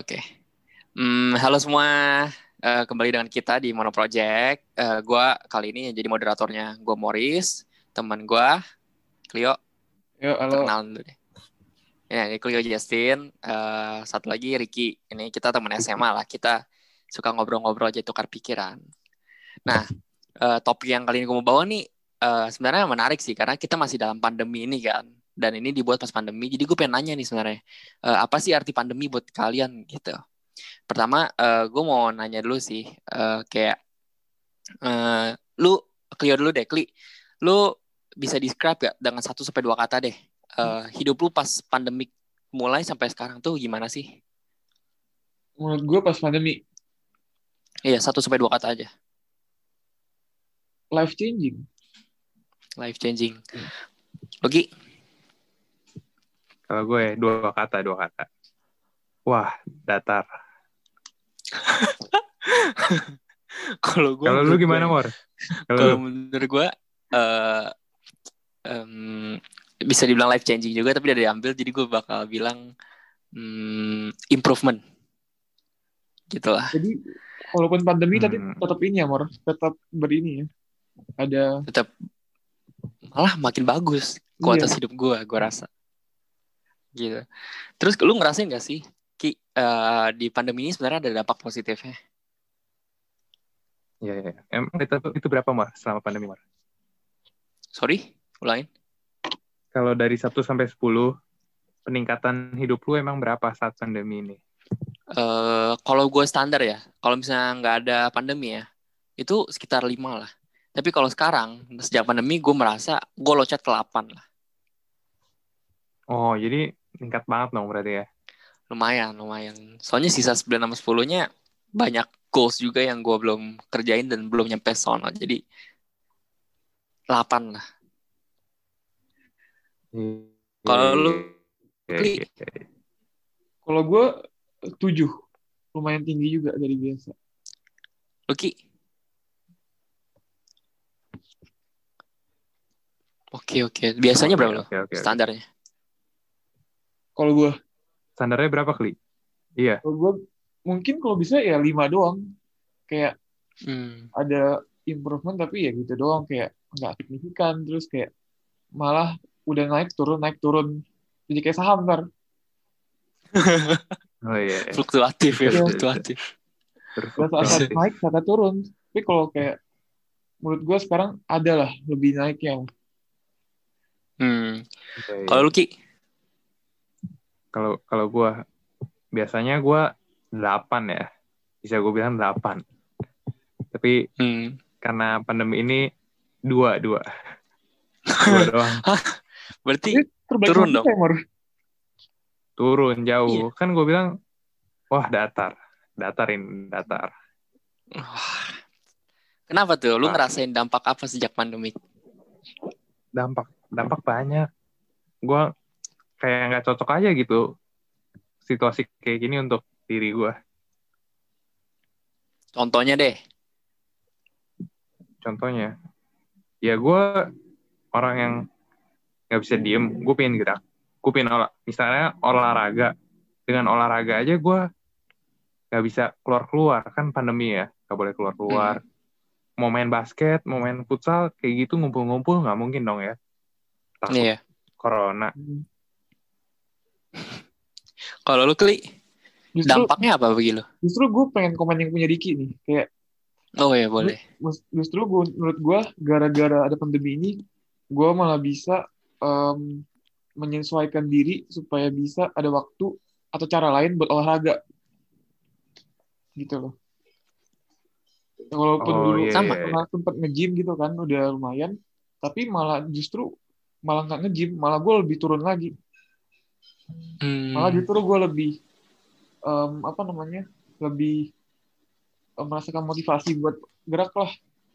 Oke. Halo semua, kembali dengan kita di Mono Project. Gua kali ini jadi moderatornya. Gue Morris, teman gue Clio. Yo, halo. Perkenalan dulu deh. Ya, ini Clio Justin. Satu lagi Ricky. Ini kita teman SMA lah. Kita suka ngobrol-ngobrol aja, tukar pikiran. Nah, topik yang kali ini gue mau bawa nih sebenarnya menarik sih, karena kita masih dalam pandemi ini kan. Dan ini dibuat pas pandemi. Jadi gue pengen nanya nih sebenarnya, apa sih arti pandemi buat kalian gitu? Pertama, gue mau nanya dulu sih, kayak lu Clio dulu deh, lu bisa describe gak dengan 1 sampai 2 kata deh, hidup lu pas pandemik mulai sampai sekarang tuh gimana sih? Menurut gue pas pandemi, Iya, 1 sampai 2 kata aja. life changing. Life changing. Logi. Kalau gue 2 kata. Wah, datar. Kalau gue, Kalau lu gimana, Mor? Kalau menurut gue, bisa dibilang life changing juga, tapi udah diambil, jadi gue bakal bilang improvement. Gitulah. Jadi, walaupun pandemi, tapi tetap ini ya, Mor. Tetap berini ya. Ada. Tetap malah makin bagus kualitas hidup gue rasa. Gitu. Terus lu ngerasain gak sih, Ki, di pandemi ini sebenarnya ada dampak positifnya? Iya. Emang itu berapa, Mar, selama pandemi, Mar? Sorry, ulangin. Kalau dari 1 sampai 10, peningkatan hidup lu emang berapa saat pandemi ini? Kalau gue standar ya, kalau misalnya nggak ada pandemi ya, itu sekitar 5 lah. Tapi kalau sekarang, sejak pandemi, gue merasa gue loncat ke 8 lah. Oh, jadi meningkat banget dong berarti ya? Lumayan. Soalnya sisa 9 sama 10-nya banyak goals juga yang gue belum kerjain dan belum nyampe sono. Jadi 8 lah. Kalau lu, Kalau gue 7. Lumayan tinggi juga dari biasa. Lucky. Oke. Biasanya berapa lo? Standarnya? Kalau gue. Standarnya berapa, Kli? Iya. Kalau gue mungkin kalau bisa ya 5 doang. Kayak ada improvement tapi ya gitu doang, kayak nggak signifikan, terus kayak malah udah naik turun. Jadi kayak saham ntar. Oh iya. Fluktuatif ya. Saat naik, saat turun. Tapi kalau kayak menurut gue sekarang ada lah lebih naiknya. Kalau lu, Ki? Kalau gue biasanya gue 8 ya. Bisa gue bilang 8. Tapi karena pandemi ini 2 doang. Berarti turun dong? Turun jauh. Iya. Kan gue bilang, wah datar. Kenapa tuh? Lu ngerasain dampak apa sejak pandemi? Dampak banyak. Gue kayak nggak cocok aja gitu situasi kayak gini untuk diri gue. Contohnya deh. Contohnya, ya gue orang yang nggak bisa diem. Gue pengen gerak. Gue pengen misalnya olahraga. Dengan olahraga aja gue nggak bisa keluar kan pandemi ya, nggak boleh keluar. Mau main basket, mau main futsal kayak gitu ngumpul nggak mungkin dong ya. Takut corona. Kalau lu, Kli, dampaknya apa bagi lu? Justru gue pengen komen yang punya Diki nih, kayak. Oh ya, boleh. Justru menurut gue gara-gara ada pandemi ini, gue malah bisa menyesuaikan diri supaya bisa ada waktu atau cara lain buat olahraga, gitu loh. Walaupun dulu pernah sempat nge-gym gitu kan, udah lumayan, tapi malah nggak nge-gym, malah gue lebih turun lagi. Malah justru gue lebih lebih merasakan motivasi buat gerak lah.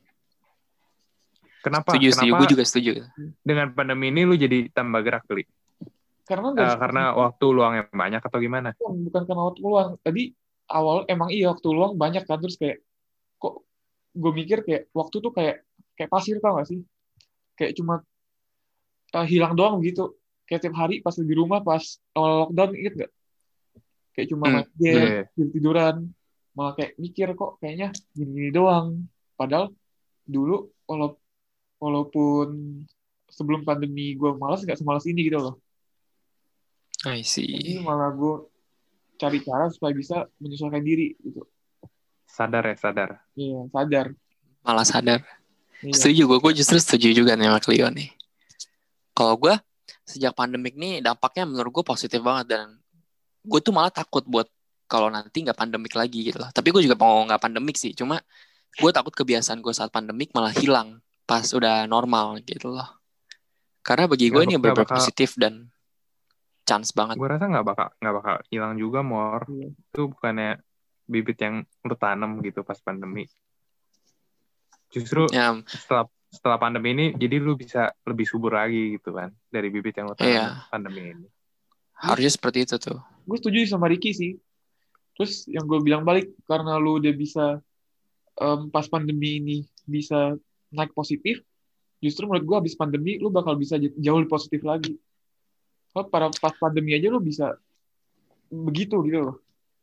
Kenapa? Setuju, gue juga setuju. Dengan pandemi ini lu jadi tambah gerak, Kli? Karena waktu luang yang banyak atau gimana? Bukan karena waktu luang. Tadi awal emang waktu luang banyak kan, terus kayak kok gue mikir kayak waktu tuh kayak pasir, tau gak sih? Kayak cuma hilang doang gitu. Kayak tiap hari pas di rumah pas awal lockdown, inget gak? kayak cuma main game, tiduran, malah kayak mikir kok kayaknya gini doang. Padahal dulu walaupun sebelum pandemi gue malas, nggak semalas ini gitu loh. I see. Jadi malah gue cari cara supaya bisa menyesuaikan diri gitu. Sadar. Iya, sadar. Malah sadar. Iya. Setuju, gue justru setuju juga nih sama Clio nih. Kalau gue sejak pandemik nih dampaknya menurut gue positif banget, dan gue tuh malah takut buat kalau nanti nggak pandemik lagi gitu loh. Tapi gue juga mau nggak pandemik sih, cuma gue takut kebiasaan gue saat pandemik malah hilang pas udah normal gitu loh. Karena bagi gue ini benar-benar positif dan chance banget. Gue rasa nggak bakal hilang juga, Mor. Itu bukannya bibit yang lu tanam gitu pas pandemi. Justru setelah pandemi ini, jadi lu bisa lebih subur lagi gitu kan dari bibit yang lu tanam pandemi ini. Harusnya seperti itu tuh. Gue setuju sama Ricky sih. Terus yang gue bilang balik, karena lu udah bisa pas pandemi ini bisa naik positif, justru menurut gue habis pandemi lu bakal bisa jauh lebih positif lagi. Kalau pas pandemi aja lu bisa begitu gitu loh.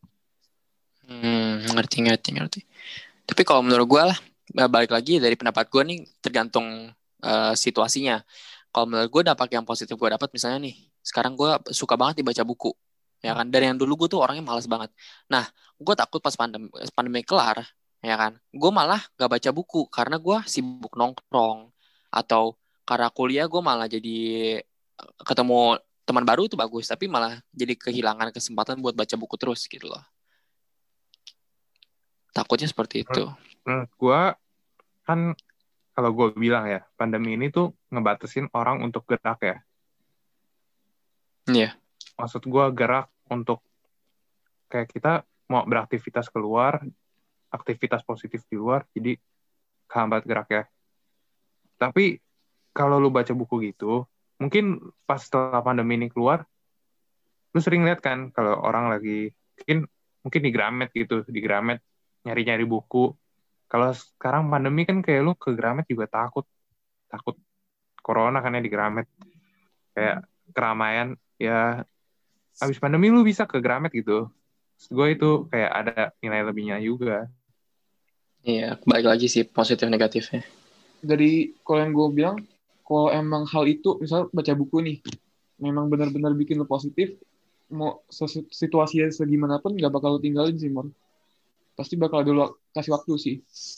Ngerti. Tapi kalau menurut gue lah, balik lagi dari pendapat gue nih, tergantung situasinya. Kalau menurut gue dampak yang positif gue dapat, misalnya nih, sekarang gue suka banget dibaca buku, ya kan. Dari yang dulu gue tuh orangnya malas banget. Nah, gue takut pas pandemi kelar, ya kan, gue malah gak baca buku karena gue sibuk nongkrong, atau karena kuliah gue malah jadi ketemu teman baru itu bagus, tapi malah jadi kehilangan kesempatan buat baca buku terus gitu loh. Takutnya seperti itu. Gue kan, kalau gue bilang ya, pandemi ini tuh ngebatasin orang untuk gerak ya. Iya. Maksud gue gerak untuk kayak kita mau beraktivitas keluar, aktivitas positif di luar, jadi kehambat gerak ya. Tapi kalau lu baca buku gitu, mungkin pas setelah pandemi ini keluar, lu sering lihat kan kalau orang lagi mungkin di Gramet gitu, di Gramet nyari-nyari buku. Kalau sekarang pandemi kan kayak lu ke Gramet juga takut corona kan ya di Gramet, kayak keramaian ya. Habis pandemi lu bisa ke Gramet gitu. Gue itu kayak ada nilai lebihnya juga. Iya, balik lagi sih positif negatifnya. Dari kalau yang gue bilang, kalau emang hal itu, misal baca buku nih, memang benar-benar bikin lo positif, mau situasinya segimanapun gak bakal lo tinggalin sih, Mon. Pasti bakal dulu kasih waktu sih.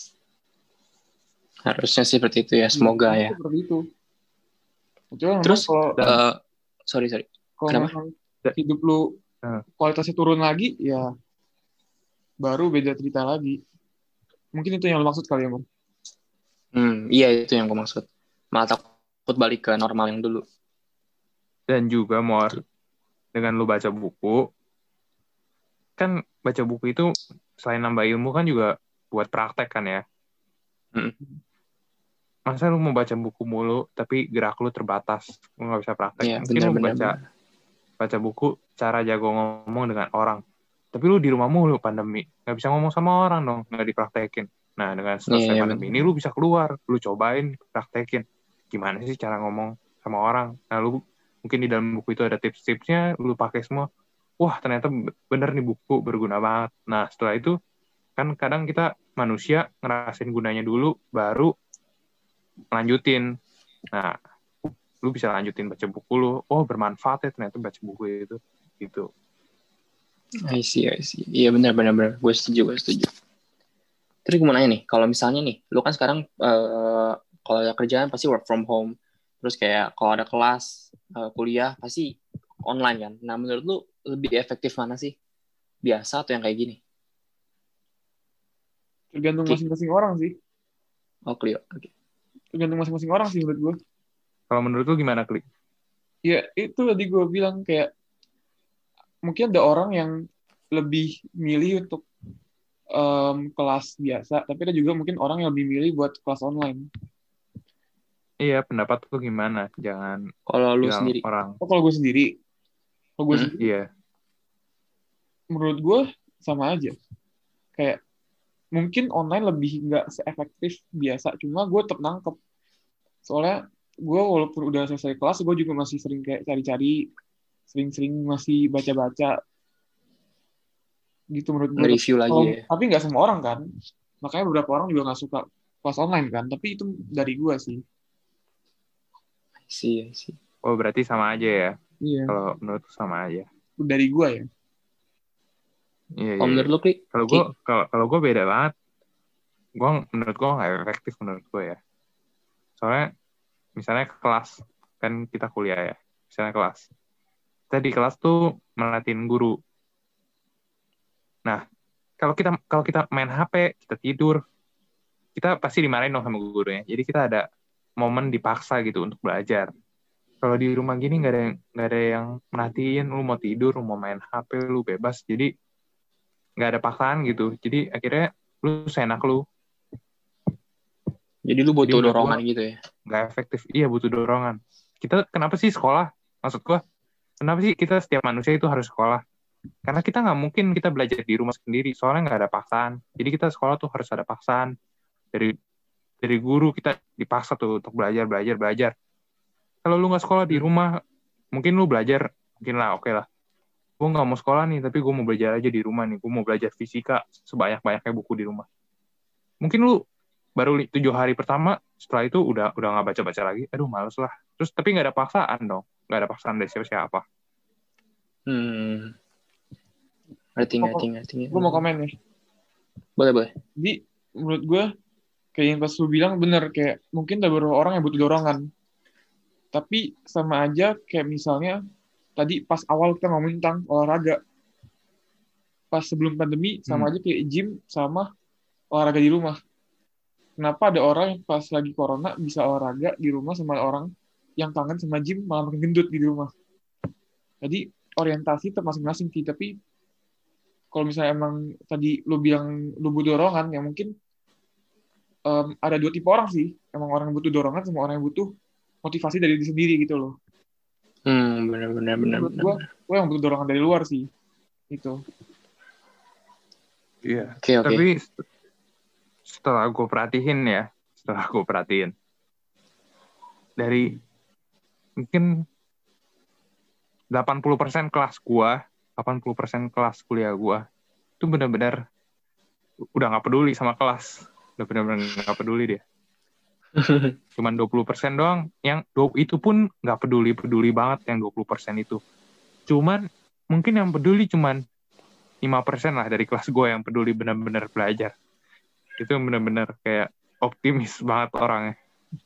Harusnya sih seperti itu ya, semoga ya. Seperti itu. Coba terus kalau sorry. Kalau memang hidup lu kualitasnya turun lagi, ya baru beda cerita lagi. Mungkin itu yang lu maksud kali ya, Mon? Iya, itu yang gue maksud. Malah takut balik ke normal yang dulu. Dan juga, Mor, dengan lu baca buku, kan baca buku itu selain nambah ilmu kan juga buat praktek kan ya. Masa lu mau baca buku mulu, tapi gerak lu terbatas, lu nggak bisa praktek. Ya, mungkin lu baca buku cara jago ngomong dengan orang. Tapi lu di rumah mulu pandemi, nggak bisa ngomong sama orang dong, nggak dipraktekin. Nah, dengan selesai pandemi ini, lu bisa keluar, lu cobain, praktekin. Gimana sih cara ngomong sama orang? Nah, lu mungkin di dalam buku itu ada tips-tipsnya, lu pakai semua. Wah, ternyata bener nih buku, berguna banget. Nah, setelah itu, kan kadang kita manusia ngerasain gunanya dulu, baru lanjutin. Nah, lu bisa lanjutin baca buku lu. Oh, bermanfaat ya ternyata baca buku itu. Gitu. I see. Iya, benar. Gue setuju. Terus gue mau nanya nih, kalau misalnya nih, lu kan sekarang kalau ada kerjaan pasti work from home. Terus kayak kalau ada kelas, kuliah pasti online kan. Nah, menurut lu lebih efektif mana sih? Biasa atau yang kayak gini? Tergantung masing-masing orang sih. Oh, Clio. Okay. Tergantung masing-masing orang sih menurut gue. Kalau menurut lu gimana, Klik? Ya, itu tadi gue bilang kayak mungkin ada orang yang lebih milih untuk kelas biasa, tapi ada juga mungkin orang yang lebih milih buat kelas online. Iya, pendapat lu gimana? Jangan kalau lu sendiri. Orang. Kalau gue sendiri. Iya. Menurut gue sama aja. Kayak mungkin online lebih nggak seefektif biasa, cuma gue tetap nangkep. Soalnya gue walaupun udah selesai kelas, gue juga masih sering kayak cari-cari, sering-sering masih baca-baca. gitu menurut gue. Nge-review lagi ya. Tapi nggak semua orang kan, makanya beberapa orang juga nggak suka kelas online kan, tapi itu dari gue sih. Sih. Oh berarti sama aja ya? Iya. Kalau menurut sama aja. Dari gue ya. Iya. Kalau menurut lu, Ki? Kalau gue beda banget. Menurut gue nggak efektif menurut gue ya. Soalnya misalnya kelas, kan kita kuliah ya. Misalnya kelas. Kita di kelas tuh melatihin guru. Nah, kalau kita main HP, kita tidur, kita pasti dimarahin dong sama gurunya. Jadi kita ada momen dipaksa gitu untuk belajar. Kalau di rumah gini nggak ada yang merhatiin, lu mau tidur, lu mau main HP, lu bebas. Jadi nggak ada paksaan gitu. Jadi akhirnya lu seenak lu. Jadi lu butuh dorongan gitu ya? Nggak efektif. Iya, butuh dorongan. Kita kenapa sih sekolah? Maksud gua, kenapa sih kita setiap manusia itu harus sekolah? Karena kita nggak mungkin kita belajar di rumah sendiri. Soalnya nggak ada paksaan. Jadi kita sekolah tuh harus ada paksaan. Dari guru kita dipaksa tuh untuk belajar. Kalau lu nggak sekolah di rumah, mungkin lu belajar, mungkin lah, oke lah. Gue nggak mau sekolah nih, tapi gue mau belajar aja di rumah nih. Gue mau belajar fisika sebanyak-banyaknya buku di rumah. Mungkin lu baru 7 hari pertama, setelah itu udah nggak baca-baca lagi. Aduh, males lah. Terus tapi nggak ada paksaan dong. Nggak ada paksaan dari siapa-siapa. Ngerti. Gue mau komen nih. Boleh. Jadi menurut gue, kayak yang pas lu bilang bener, kayak mungkin ada beberapa orang yang butuh dorongan. Tapi sama aja kayak misalnya tadi pas awal kita ngomongin tentang olahraga. Pas sebelum pandemi sama aja kayak gym sama olahraga di rumah. Kenapa ada orang yang pas lagi corona bisa olahraga di rumah sama orang yang kangen sama gym malah makin gendut di rumah. Jadi orientasi tetap masing-masing sih. Tapi kalau misalnya emang tadi lu bilang lu butuh dorongan, ya mungkin ada 2 tipe orang sih. Emang orang yang butuh dorongan sama orang yang butuh motivasi dari diri sendiri gitu loh. Benar. Gue yang butuh dorongan dari luar sih. Gitu. Iya. Okay. Tapi setelah gue perhatiin dari mungkin 80% kelas gue, 80% kelas kuliah gue itu benar-benar udah nggak peduli sama kelas. Udah benar-benar nggak peduli dia. Cuman 20% doang yang itu pun nggak peduli banget yang 20% itu. Cuman mungkin yang peduli cuman 5% lah dari kelas gue yang peduli benar-benar belajar. Itu benar-benar kayak optimis banget orangnya.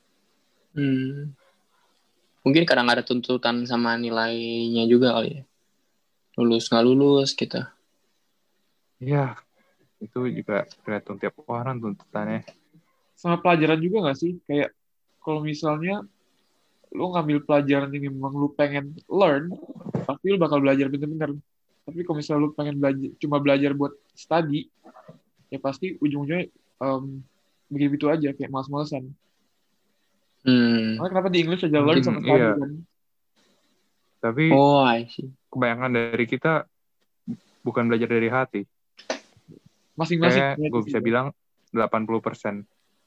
Mungkin kadang ada tuntutan sama nilainya juga kali ya. Lulus nggak lulus gitu. Iya, itu juga tergantung tiap orang tuntutannya. Sama pelajaran juga nggak sih? Kayak kalau misalnya lu ngambil pelajaran yang memang lu pengen learn, pasti lu bakal belajar bener-bener. Tapi kalau misalnya lu pengen cuma belajar buat study, ya pasti ujung-ujungnya begitu aja, kayak malas-malasan. Makanya kenapa di English aja learn sama study kan? Tapi kebanyakan dari kita bukan belajar dari hati. Masing-masing. Gue bisa bilang 80%.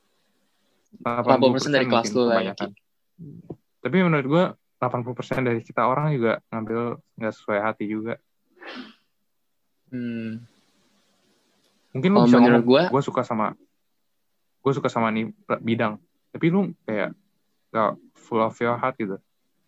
80% dari kelas lu lah. Tapi menurut gue 80% dari kita orang juga ngambil nggak sesuai hati juga. Mungkin lu bisa ngomong, gue suka sama nih bidang, tapi lu kayak gak full of your heart gitu.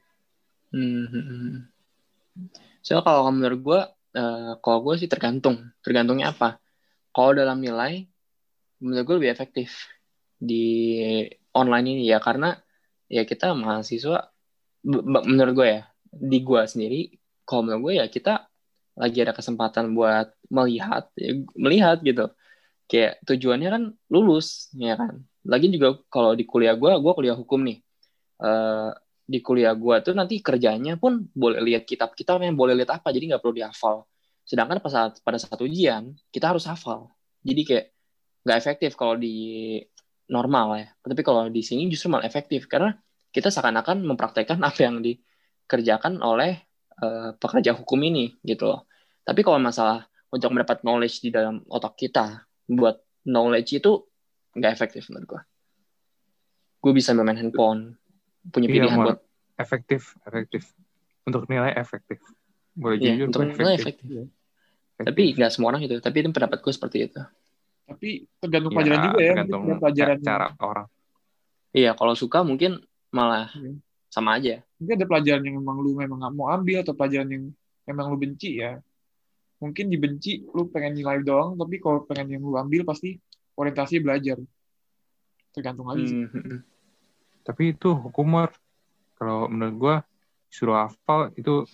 Soalnya kalau menurut gue sih tergantungnya apa. Kalau dalam nilai menurut gue lebih efektif di online ini ya, karena ya kita mahasiswa, menurut gue ya, di gue sendiri, kalau menurut gue ya kita lagi ada kesempatan buat melihat gitu. Kayak tujuannya kan lulus, ya kan. Lagi juga kalau di kuliah gue kuliah hukum nih. Di kuliah gue tuh nanti kerjanya pun boleh lihat kitab yang boleh lihat apa, jadi nggak perlu dihafal. Sedangkan pada saat ujian kita harus hafal. Jadi kayak nggak efektif kalau di normal ya. Tapi kalau di sini justru malah efektif karena kita seakan-akan mempraktekkan apa yang dikerjakan oleh pekerja hukum ini gitu loh. Tapi kalau masalah untuk mendapat knowledge di dalam otak kita, buat knowledge itu nggak efektif menurut gue. Gue bisa bermain handphone, punya pilihan buat efektif untuk nilai efektif. Boleh jujur, untuk nilai efektif. Tapi nggak semua orang itu. Tapi itu pendapatku seperti itu. Tapi tergantung pelajaran juga ya. Tergantung pelajaran cara orang. Iya, kalau suka mungkin malah sama aja. Mungkin ada pelajaran yang memang lu memang nggak mau ambil atau pelajaran yang memang lu benci ya. Mungkin dibenci lu pengen nilai doang, tapi kalau pengen yang lu ambil pasti orientasi belajar. Tergantung lagi sih. Tapi itu hukum, kalau menurut gue suruh hafal itu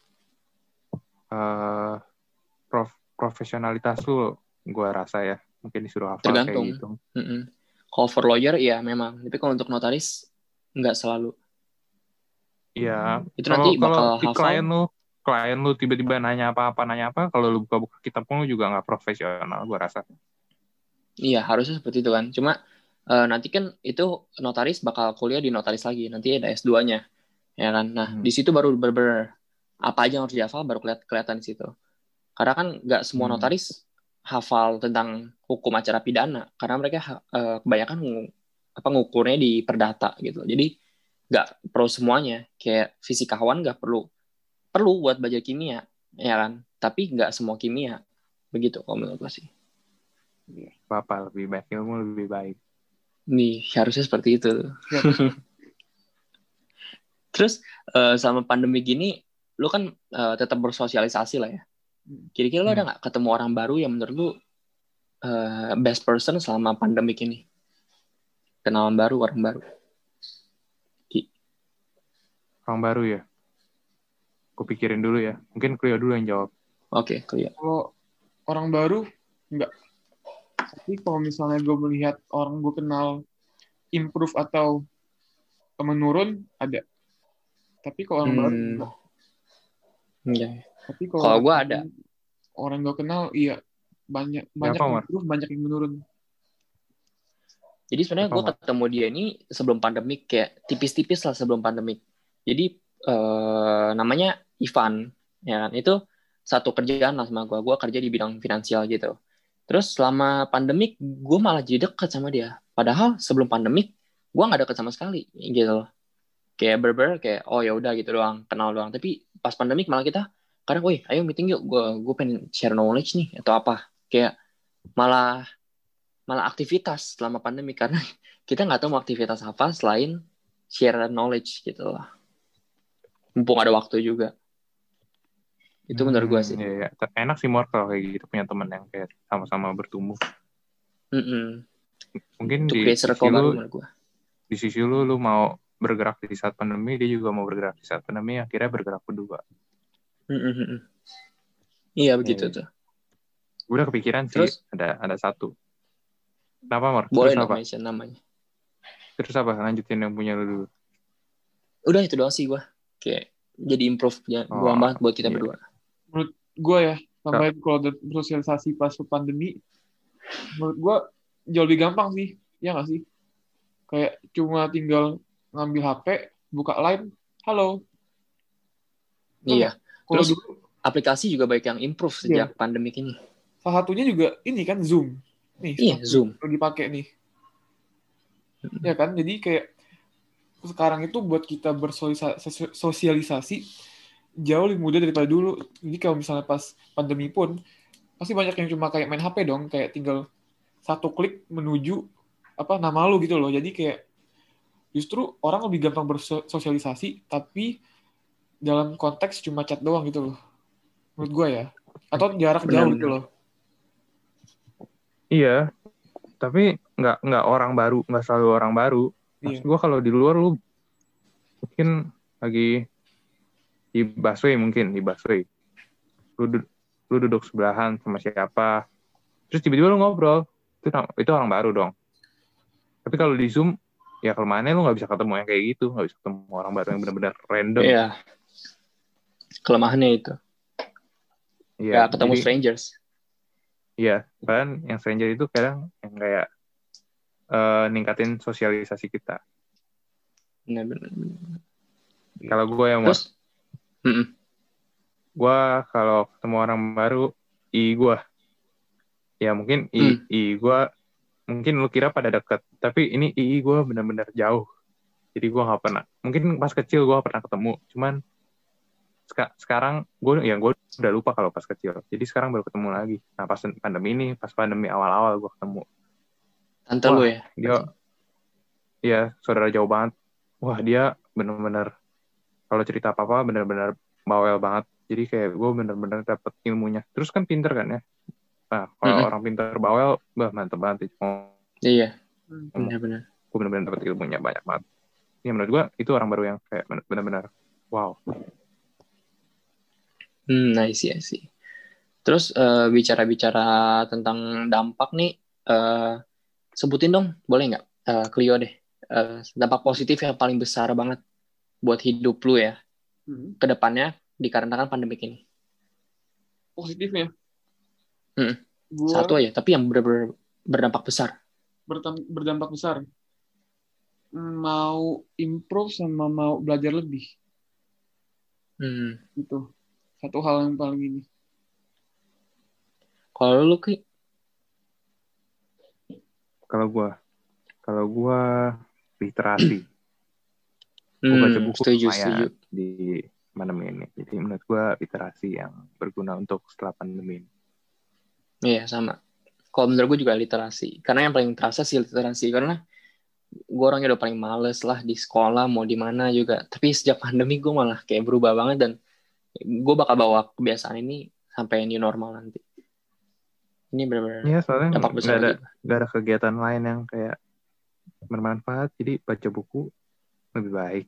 profesionalitas lu, gue rasa ya. Mungkin disuruh hafal tergantung. Kayak gitu. Kalau for lawyer ya memang, tapi kalau untuk notaris nggak selalu. Iya. Itu nanti bakal hafal. Klien lu tiba-tiba nanya apa, kalau lu buka-buka kitab pun lu juga nggak profesional, gue rasa. Iya, harusnya seperti itu kan. Cuma nanti kan itu notaris bakal kuliah di notaris lagi. Nanti ada S2-nya. Ya kan? Nah, di situ baru bener-bener apa aja yang harus dihafal baru kelihatan di situ. Karena kan nggak semua notaris hafal tentang hukum acara pidana. Karena mereka kebanyakan ngukurnya di perdata gitu. Jadi nggak perlu semuanya. Kayak fisikawan nggak perlu buat belajar kimia, ya kan? Tapi nggak semua kimia. Begitu kalau menurut gue sih. Bapak lebih baik, ilmu lebih baik. Nih, harusnya seperti itu. Terus sama pandemi gini, lu kan tetap bersosialisasi lah ya. Kira-kira lu ada nggak ketemu orang baru yang menurut lu best person selama pandemi ini? Kenalan baru, orang baru. Orang baru ya? Gue pikirin dulu ya. Mungkin Cleo dulu yang jawab. Oke, Cleo. Kalau orang baru, enggak. Tapi kalau misalnya gue melihat orang gue kenal improve atau menurun, ada. Tapi kalau orang baru, enggak. Iya. Tapi kalau gue ada. Orang gue kenal, iya. Banyak yang improve, banyak yang menurun. Jadi sebenarnya gue ketemu dia ini sebelum pandemik, kayak tipis-tipis lah sebelum pandemik. Jadi namanya Ivan, ya kan? Itu satu kerjaan lah sama gue. Gue kerja di bidang finansial gitu. Terus selama pandemik, gue malah jadi deket sama dia. Padahal sebelum pandemik, gue nggak deket sama sekali, gitu. Kayak berber, kayak oh ya udah gitu doang, kenal doang. Tapi pas pandemik malah kita, kadang, woi, ayo meeting yuk. Gue pengen share knowledge nih atau apa. Kayak malah aktivitas selama pandemi karena kita nggak tahu mau aktivitas apa selain share knowledge gitu lah. Mumpung ada waktu juga. Itu menurut gue sih. Iya. Enak sih kalau kayak gitu punya teman yang kayak sama-sama bertumbuh. Mungkin di sisi lu mau bergerak di saat pandemi, dia juga mau bergerak di saat pandemi, akhirnya bergerak berdua. Iya begitu tuh. Gue udah kepikiran terus, sih ada satu. Kenapa, Mar? Boleh dong mention namanya. Terus apa? Lanjutin yang punya lu dulu. Udah itu doang sih gue. Kayak jadi improve buang banget buat kita berdua. Menurut gue ya, sampai kalau bersosialisasi pas pandemi, menurut gue jauh lebih gampang sih. Ya nggak sih? Kayak cuma tinggal ngambil HP, buka line, halo. Iya. Terus dulu, aplikasi juga banyak yang improve sejak pandemi ini. Salah satunya juga ini kan Zoom. Nih, Zoom lagi pakai nih. Ya kan, jadi kayak sekarang itu buat kita bersosialisasi jauh lebih mudah daripada dulu. Jadi kalau misalnya pas pandemi pun pasti banyak yang cuma kayak main HP dong, kayak tinggal satu klik menuju nama lu gitu loh. Jadi kayak justru orang lebih gampang bersosialisasi tapi dalam konteks cuma chat doang gitu loh. Menurut gue ya. Atau jarak jauh gitu loh. Iya, tapi nggak orang baru, nggak selalu orang baru. Maksud gue kalau di luar lu mungkin lagi di busway, lu duduk sebelahan sama siapa, terus tiba-tiba lu ngobrol, itu orang baru dong. Tapi kalau di Zoom, ya kelemahannya lu nggak bisa ketemu yang kayak gitu, nggak bisa ketemu orang baru yang benar-benar random. Iya, kelemahannya itu. Iya, ketemu strangers. Iya, kan yang stranger itu kadang yang kayak ningkatin sosialisasi kita. Benar. Kalau gue yang gue kalau ketemu orang baru, gue ya mungkin gue mungkin lu kira pada deket, tapi ini gue benar-benar jauh. Jadi gue nggak pernah. Mungkin pas kecil gue pernah ketemu, cuman sekarang gue udah lupa kalau pas kecil. Jadi sekarang baru ketemu lagi. Nah pas pandemi awal-awal gue ketemu. Tante lu ya? Iya, saudara jauh banget. Wah, dia benar-benar kalau cerita apa-apa benar-benar bawel banget. Jadi kayak gue benar-benar dapet ilmunya. Terus kan pinter kan ya. Nah, kalau orang pinter bawel, mantep banget. Iya, benar-benar. Gue benar-benar dapet ilmunya banyak banget. Ya menurut gue itu orang baru yang kayak benar-benar wow. Nice ya sih. Terus bicara-bicara tentang dampak nih, sebutin dong, boleh nggak, Clio deh, dampak positif yang paling besar banget buat hidup lu ya, ke depannya dikarenakan pandemik ini. Positifnya? Satu aja, tapi yang berdampak besar. Berdampak besar. Mau improve sama mau belajar lebih. Itu satu hal yang paling ini. Kalau lu Ki? Kalau gua literasi. Gue baca buku lumayan di pandemi ini. Jadi menurut gue literasi yang berguna untuk setelah pandemi ini. Iya, sama. Kalau menurut gue juga literasi. Karena yang paling terasa sih literasi. Karena gue orangnya udah paling males lah di sekolah, mau di mana juga. Tapi sejak pandemi gue malah kayak berubah banget. Dan gue bakal bawa kebiasaan ini sampai new normal nanti. Ini benar-benar dampak besar. Gak ada kegiatan lain yang kayak bermanfaat. Jadi baca buku lebih baik.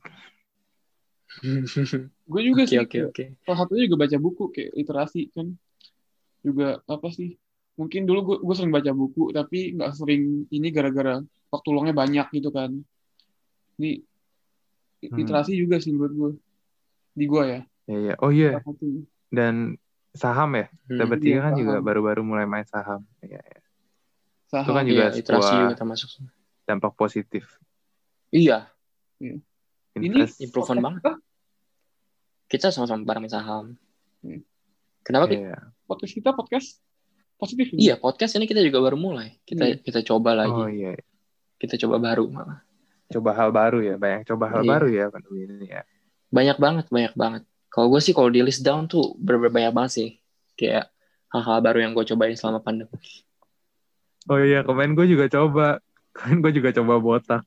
Gue juga sih. Oke. Salah satunya juga baca buku kayak literasi kan. Juga apa sih? Mungkin dulu gue sering baca buku tapi nggak sering ini gara-gara waktu luangnya banyak gitu kan. Ini literasi juga sih menurut gue. Di gue ya. Iya. Oh iya. Dan saham ya. Kita bertiga kan juga baru-baru mulai main saham. Iya. Saham. Itu kan juga literasi juga termasuk dampak positif. Iya. Ini improvement banget. Kita sama-sama bareng main saham. Kenapa podcast kita positif ini? Iya, podcast ini kita juga baru mulai. Kita coba lagi. Oh iya. Kita coba baru malah. Coba hal baru ya, baru ya pandemi ini ya. Banyak banget. Kalau gue sih kalau di list down tuh banyak banget sih. Kayak hal-hal baru yang gue cobain selama pandemi. Oh iya, kemarin gue juga coba. Botak.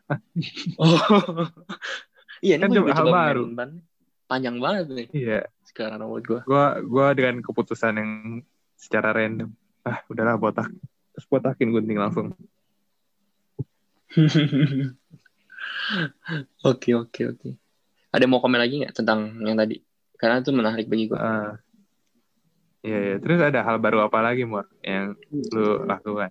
Iya, ini kan gue juga hal coba baru. Panjang banget nih. Iya. Sekarang menurut gue. Gue dengan keputusan yang secara random. Udahlah botak. Terus botakin gunting langsung. Oke. Ada mau komen lagi nggak tentang yang tadi? Karena itu menarik bagi gue. Iya. Terus ada hal baru apa lagi, Mor, yang lu lakukan?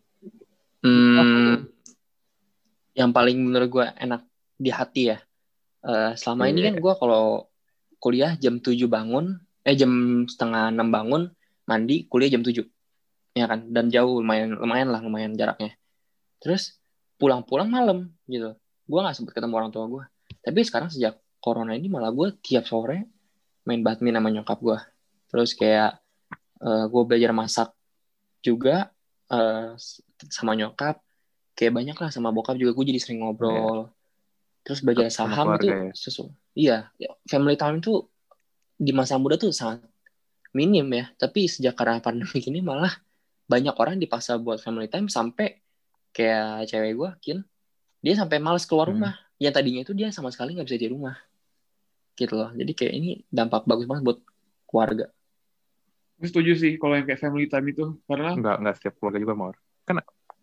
Yang paling menurut gue enak di hati ya. Selama ini kan gue kalau kuliah jam 7 bangun, jam 5:30 bangun, mandi, kuliah jam 7. Ya kan? Dan jauh, lumayan jaraknya. Terus pulang malam gitu. Gue gak sempat ketemu orang tua gue. Tapi sekarang sejak corona ini malah gue tiap sore main badminton sama nyokap gue. Terus kayak gue belajar masak juga sama nyokap. Kayak banyak lah sama bokap juga gue jadi sering ngobrol. Terus belajar saham itu Iya, family time itu di masa muda tuh sangat minim ya. Tapi sejak karena pandemi ini malah banyak orang dipaksa buat family time sampai kayak cewek gue, Kin, dia sampai malas keluar rumah. Yang tadinya itu dia sama sekali nggak bisa di rumah. Gitu loh. Jadi kayak ini dampak bagus banget buat keluarga. Gue setuju sih kalau yang kayak family time itu. Karena Nggak setiap keluarga juga, Mor. Kan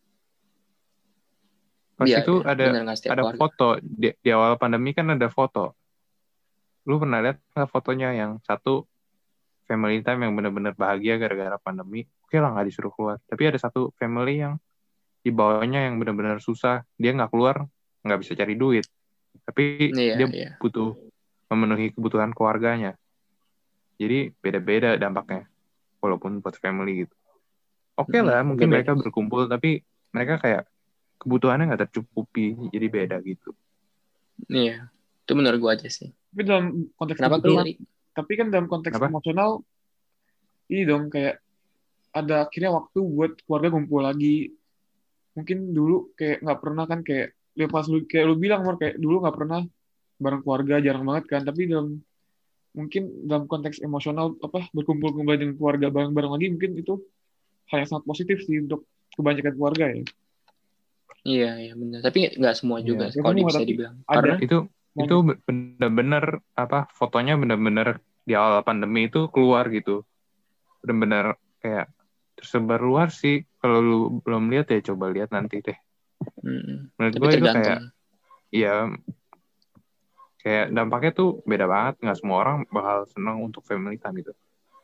pas itu ada foto di awal pandemi kan ada foto. Lu pernah lihat fotonya yang satu family time yang benar-benar bahagia gara-gara pandemi? Oke lah, nggak disuruh keluar. Tapi ada satu family yang di bawahnya yang benar-benar susah. Dia nggak keluar, nggak bisa cari duit. Tapi dia butuh memenuhi kebutuhan keluarganya. Jadi beda-beda dampaknya. Walaupun buat family gitu. Oke lah, mungkin mereka berkumpul, tapi mereka kayak kebutuhannya nggak tercukupi, jadi beda gitu. Iya, itu menurut gue aja sih. Tapi dalam konteks dalam konteks emosional, ini dong kayak ada akhirnya waktu buat keluarga kumpul lagi. Mungkin dulu kayak nggak pernah kan kayak pas kayak lu bilang, Mar, kayak dulu nggak pernah bareng keluarga, jarang banget kan. Tapi dalam mungkin dalam konteks emosional berkumpul-kumpul dengan keluarga bareng-bareng lagi, mungkin itu hal yang sangat positif sih untuk kebanyakan keluarga ya. Iya benar. Tapi nggak semua juga Ya, kalau semua, bisa tapi dibilang. ada. Karena itu benar-benar fotonya benar-benar di awal pandemi itu keluar gitu. Benar-benar kayak tersebar luar sih. Kalau lu belum lihat ya coba lihat nanti deh. Menurut tapi gue itu tergantung. kayak dampaknya tuh beda banget. Nggak semua orang bakal senang untuk family time gitu.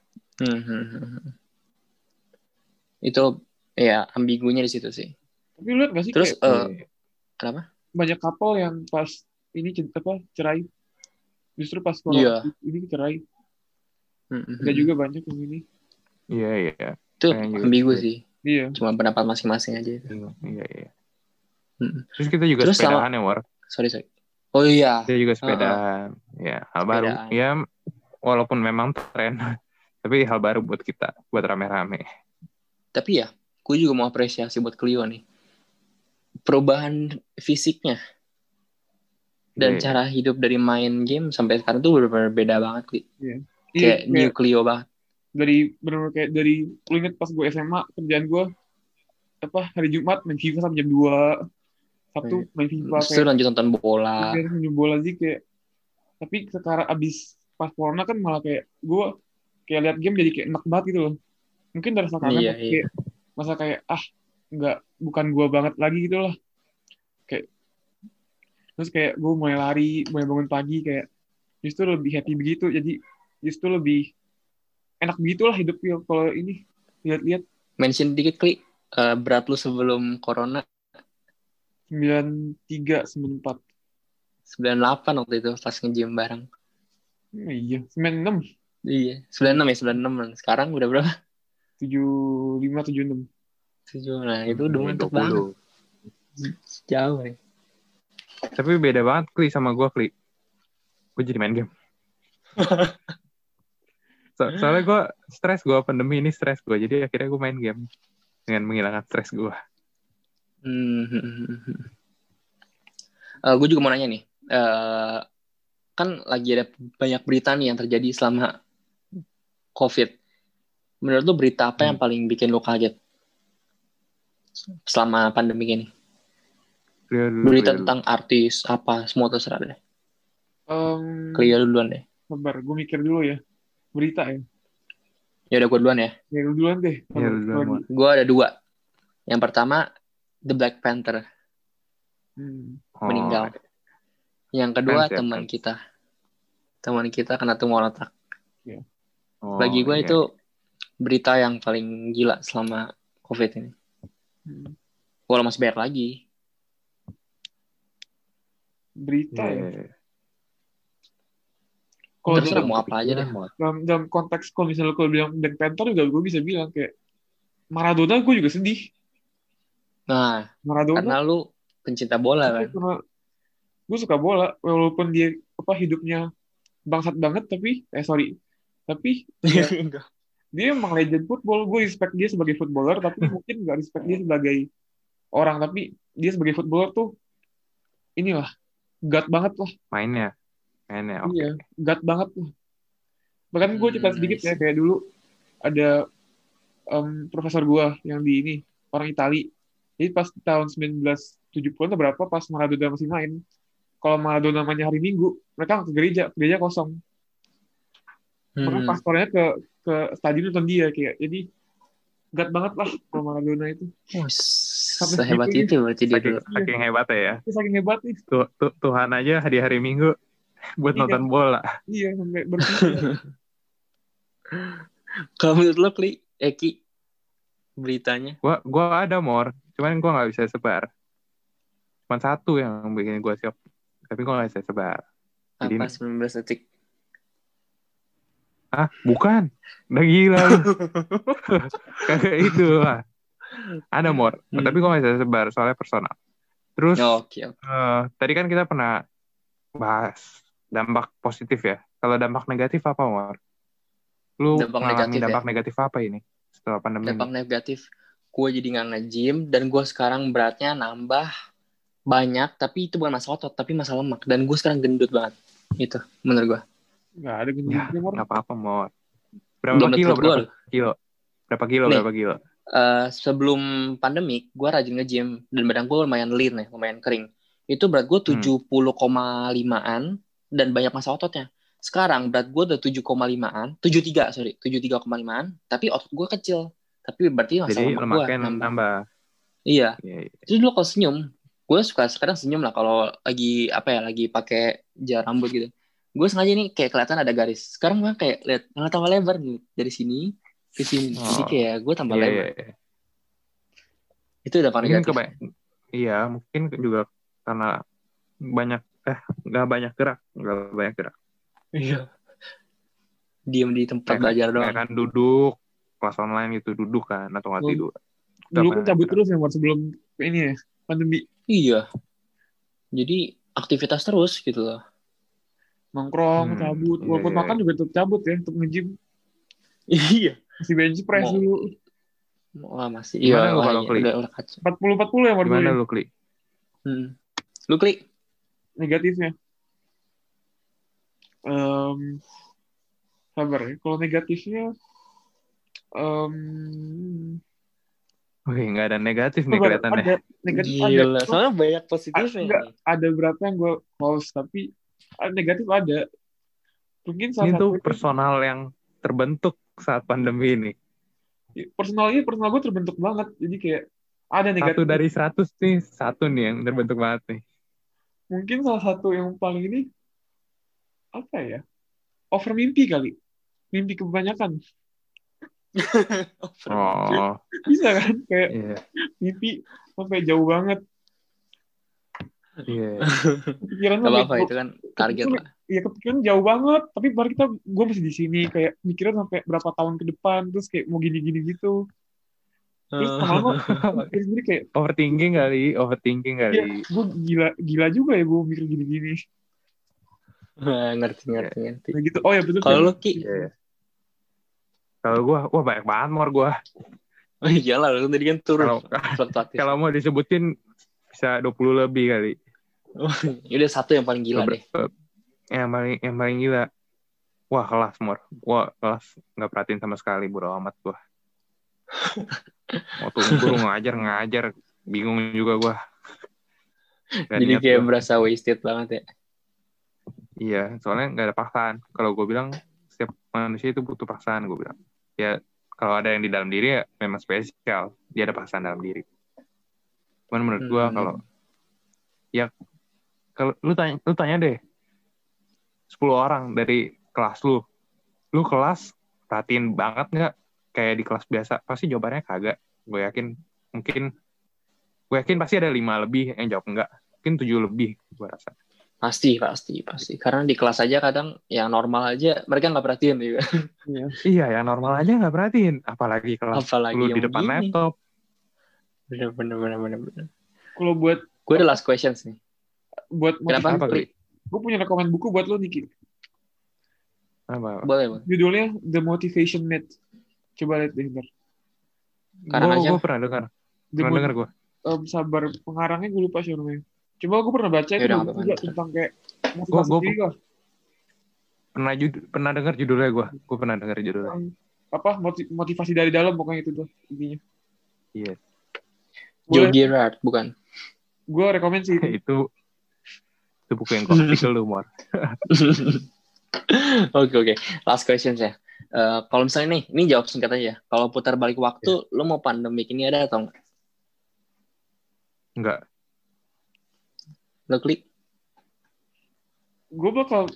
Itu ya ambigunya di situ sih. Tapi lu lihat nggak sih Terus kayak kenapa? banyak couple yang pas ini cerai, justru pas corona ini cerai. Ada juga banyak yang ini. Iya. Itu ambigu sih. Iya. Cuma pendapat masing-masing aja itu. Iya. Terus kita juga sepedaan ya, War. Sorry. Oh iya. Kita juga sepedaan. Ya, hal baru. Ya, walaupun memang tren, tapi hal baru buat kita, buat rame-rame. Tapi ya, gue juga mau apresiasi buat Clio nih. Perubahan fisiknya dan cara hidup dari main game sampai sekarang tuh benar-benar beda banget, Li. Kayak new Clio banget. Benar-benar kayak dari, lu inget pas gue SMA, kerjaan gue hari Jumat main FIFA sampai jam 2, Sabtu main FIFA kayak lanjut nonton bola. Nonton bola sih kayak. Tapi sekarang abis pas corona kan malah kayak gue kayak lihat game jadi kayak enak banget gitu loh. Mungkin dari sekarang kayak masa kayak bukan gue banget lagi gitu loh. Kayak terus kayak gue mulai lari, mulai bangun pagi, kayak justru lebih happy begitu. Jadi justru lebih enak begitulah hidupnya kalau ini lihat-lihat. Mention dikit, Kli, berat lu sebelum corona? 93, 94. 98 waktu itu pas nge-gym bareng. Iya, 96. Iya, 96 ya, 96. Sekarang udah berapa? 75, 76. 7. Nah, itu udah mantep banget. Jauh nih. Tapi beda banget, Kli, sama gue, Kli. Gue jadi main game. Soalnya gue stres, pandemi ini stres gue. Jadi akhirnya gue main game dengan menghilangkan stres gue. Gue juga mau nanya nih. Kan lagi ada banyak berita nih yang terjadi selama COVID. Menurut lu berita apa yang paling bikin lu kaget selama pandemi ini? Berita tentang artis apa, semua terserah deh. Clear duluan deh. Sabar, gue mikir dulu ya. Berita ya. Ya udah gue duluan ya. Ya lu duluan deh. Gue ada 2. Yang pertama, The Black Panther meninggal. Yang kedua, teman kita kena tumor otak. Yeah. Bagi gue itu berita yang paling gila selama COVID ini. Walau masih banyak lagi. Berita ya. Kalau mau apa aja deh. Dalam konteks kalau misalnya gue bilang Black Panther juga gue bisa bilang kayak Maradona gue juga sedih. Nah, Maradona, karena lu pencinta bola kan. Karena gue suka bola walaupun dia hidupnya bangsat banget tapi ya, dia emang legend football. Gue respect dia sebagai footballer tapi mungkin gak respect dia sebagai orang, tapi dia sebagai footballer tuh inilah God banget lah mainnya okay. Iya, God banget lah. Bahkan gue cerita sedikit ya, kayak dulu ada profesor gue yang di ini orang Itali. Jadi pas tahun 1970 atau berapa pas Maradona masih main, kalau Maradona mainnya hari Minggu, mereka ke gereja kosong. Maka pastornya ke stadion nonton dia kayak. Jadi God banget lah kalau Maradona itu. Sehebat itu berarti dia dulu. Saking hebatnya ya. Saking hebat nih. Tuhan aja di hari Minggu buat nonton bola. Iya, sampai berpikir. Kalau menurut lo, Eki, beritanya? Gua ada cuman gue nggak bisa sebar. Cuma satu yang bikin gue siap, tapi gue nggak bisa sebar. Apa 19 detik? Bukan, udah gila lu. Kayak itu lah. Ada tapi gue nggak bisa sebar soalnya personal. Terus tadi kan kita pernah bahas dampak positif ya. Kalau dampak negatif apa, Mor? Lu ngalamin dampak negatif apa ini setelah pandemi? Dampak negatif, gue jadi nggak nge-gym dan gue sekarang beratnya nambah banyak, tapi itu bukan masalah otot, tapi masalah lemak. Dan gue sekarang gendut banget. Itu menurut gue. Nggak ada gym Mor. Nggak apa-apa Mor. Berapa kilo? Sebelum pandemik, gue rajin nge-gym dan badan gue lumayan lean ya, lumayan kering. Itu berat gue 70,5-an dan banyak massa ototnya. Sekarang berat gue udah 7,5-an, 73,5-an, tapi otot gue kecil. Tapi berarti massa lemak gue nambah. Iya. Terus dulu kalau senyum, gue suka sekarang senyum lah kalau lagi lagi pakai jar rambut gitu. Gue sengaja nih kayak kelihatan ada garis. Sekarang gue kayak lihat malah tambah lebar nih dari sini ke sini. Jadi kayak gue tambah lebar. Itu udah paling negatif. Iya, mungkin juga karena nggak banyak gerak. Iya. Diam di tempat belajar doang. Kayak kan duduk, kelas online gitu, duduk kan, atau nggak tidur. Dulu kan cabut terus ya, sebelum ini ya, pandemi. Iya. Jadi aktivitas terus gitu loh. Nongkrong, cabut. Walaupun makan juga tetap cabut ya, untuk nge-gym. Iya. Masih bench press dulu. Wah, masih. Gimana lu kalau klik? 40-40 ya, Mar. Gimana lu klik? Lu klik? Negatifnya. Sabar ya. Kalau negatifnya nggak ada negatif nih kelihatannya. Ada negatif. Gila, soalnya banyak positifnya. Ada berapa yang gue post, tapi negatif ada. Mungkin ini tuh personal yang terbentuk saat pandemi ini. Personal gue terbentuk banget. Jadi kayak ada negatif. 1 dari 100 nih, 1 nih yang terbentuk banget nih. Mungkin salah satu yang paling ini apa ya? Over mimpi kali. Mimpi kebanyakan. Bisa kan? Kayak mimpi sampai jauh banget. Iya. Kepikiran gak apa-apa itu kan target lah. Iya, kepikiran jauh banget. Tapi baru gue masih di sini. Kayak mikirin sampai berapa tahun ke depan. Terus kayak mau gini-gini gitu. Terus lama-lama sendiri kayak overthinking kali. Ya, gue gila juga ya gue mikir gini-gini. Ngerti. Nah gitu. Oh ya betul. Kalau lu Ki? Kalau gue, banyak banget Mor gue. Oh iyalah, lu tadi kan turun. Kalau mau disebutin bisa 20 lebih kali. Udah satu yang paling gila deh. Yang paling gila. Wah kelas Mor. Kelas nggak perhatiin sama sekali, bodo amat gue. Mau turun guru ngajar, bingung juga gue. Jadi kayak berasa wasted banget ya. Iya, soalnya nggak ada paksaan. Kalau gue bilang setiap manusia itu butuh paksaan, gue bilang. Ya kalau ada yang di dalam diri ya memang spesial. Dia ada paksaan dalam diri. Cuman menurut gue kalau lu tanya deh 10 orang dari kelas lu kelas perhatiin banget nggak kayak di kelas biasa? Pasti jawabannya kagak. Gue yakin pasti ada 5 lebih yang jawab enggak, mungkin 7 lebih gue rasa. Pasti. Karena di kelas aja kadang yang normal aja mereka nggak perhatiin juga. Iya, yang normal aja nggak perhatiin, apalagi kelas lu di depan laptop. Bener. Kalau buat gue ada last questions nih. Buat kenapa? Gue punya rekomen buku buat lo Niki. Apa? Boleh. Judulnya The Motivation Myth. Coba lihat deh ntar. Gue pernah dengar. Gue. Sabar, pengarangnya gue lupa sih namanya. Coba gue pernah baca itu juga tentang kayak motivasi diri lah. Pernah dengar judulnya gue. Gue pernah dengar judulnya. Apa motivasi dari dalam pokoknya itu tuh intinya. Iya. Joe Girard bukan? Gue rekomen sih itu buku yang kok lu Mor. Oke. Last questions ya. Kalau misalnya nih, ini jawab singkat aja. Kalau putar balik waktu, lo mau pandemik ini ada atau enggak? Enggak. Lo klik? Gue bakal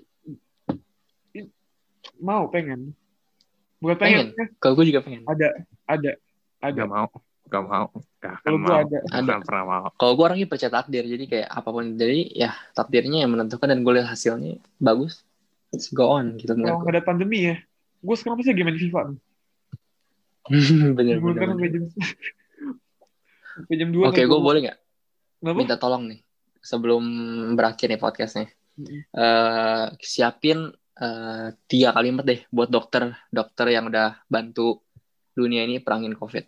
pengen. Bukan pengen. Kalau gue juga pengen. Ada. Gak mau. Kalau gue ada. Pernah mau. Kalau gue orangnya percaya takdir, jadi kayak apapun jadi ya takdirnya yang menentukan dan gue lihat hasilnya bagus. Let's go on gitu. Kalau nggak ada pandemi ya, gue sekarang pasti game FIFA. Bener. Sampai jam 2. Oke, gue boleh nggak minta tolong nih sebelum berakhir nih podcastnya. Siapin 3 kalimat deh buat dokter yang udah bantu dunia ini perangin COVID.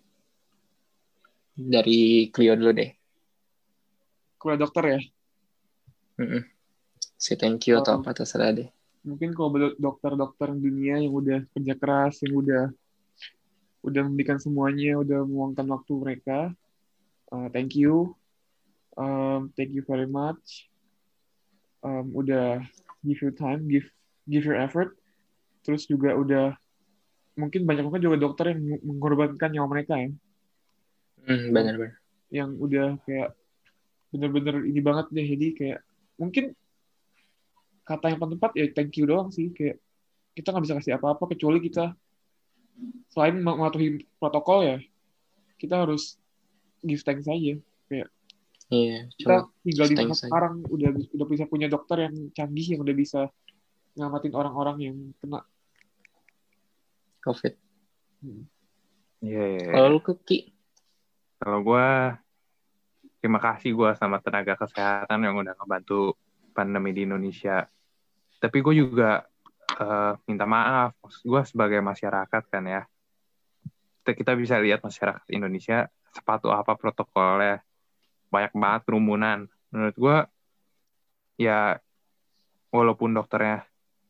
Dari Clio dulu deh. Kalau dokter ya. Say thank you atau apa terserah deh. Mungkin kalau dokter-dokter dunia yang udah kerja keras, yang udah memberikan semuanya, udah meluangkan waktu mereka, thank you. Thank you very much. Udah give your time, give your effort. Terus juga udah mungkin banyak juga dokter yang mengorbankan nyawa mereka ya. Benar-benar. Yang udah kayak bener-bener ini banget deh. Jadi kayak mungkin kata yang paling tepat ya thank you doang sih. Kayak kita nggak bisa kasih apa-apa kecuali kita selain mematuhi protokol ya, kita harus give thanks aja. Kayak kita tinggal di masa sekarang udah bisa punya dokter yang canggih yang udah bisa ngamatin orang-orang yang kena COVID. Iya. Kalau lu Ki? Kalau gue, terima kasih gue sama tenaga kesehatan yang udah ngebantu pandemi di Indonesia. Tapi gue juga minta maaf, gue sebagai masyarakat kan ya. Kita bisa lihat masyarakat Indonesia sepatu apa protokolnya, banyak banget kerumunan. Menurut gue, ya walaupun dokternya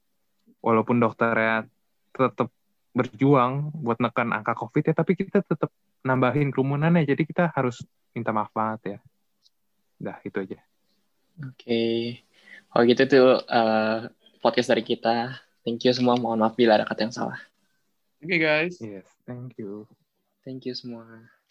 tetap berjuang buat nekan angka COVID ya, tapi kita tetap nambahin kerumunannya. Jadi kita harus minta maaf banget ya. Udah, itu aja. Oke. Kalau gitu tuh podcast dari kita. Thank you semua. Mohon maaf bila ada kata yang salah. Oke guys. Yes, thank you. Thank you semua.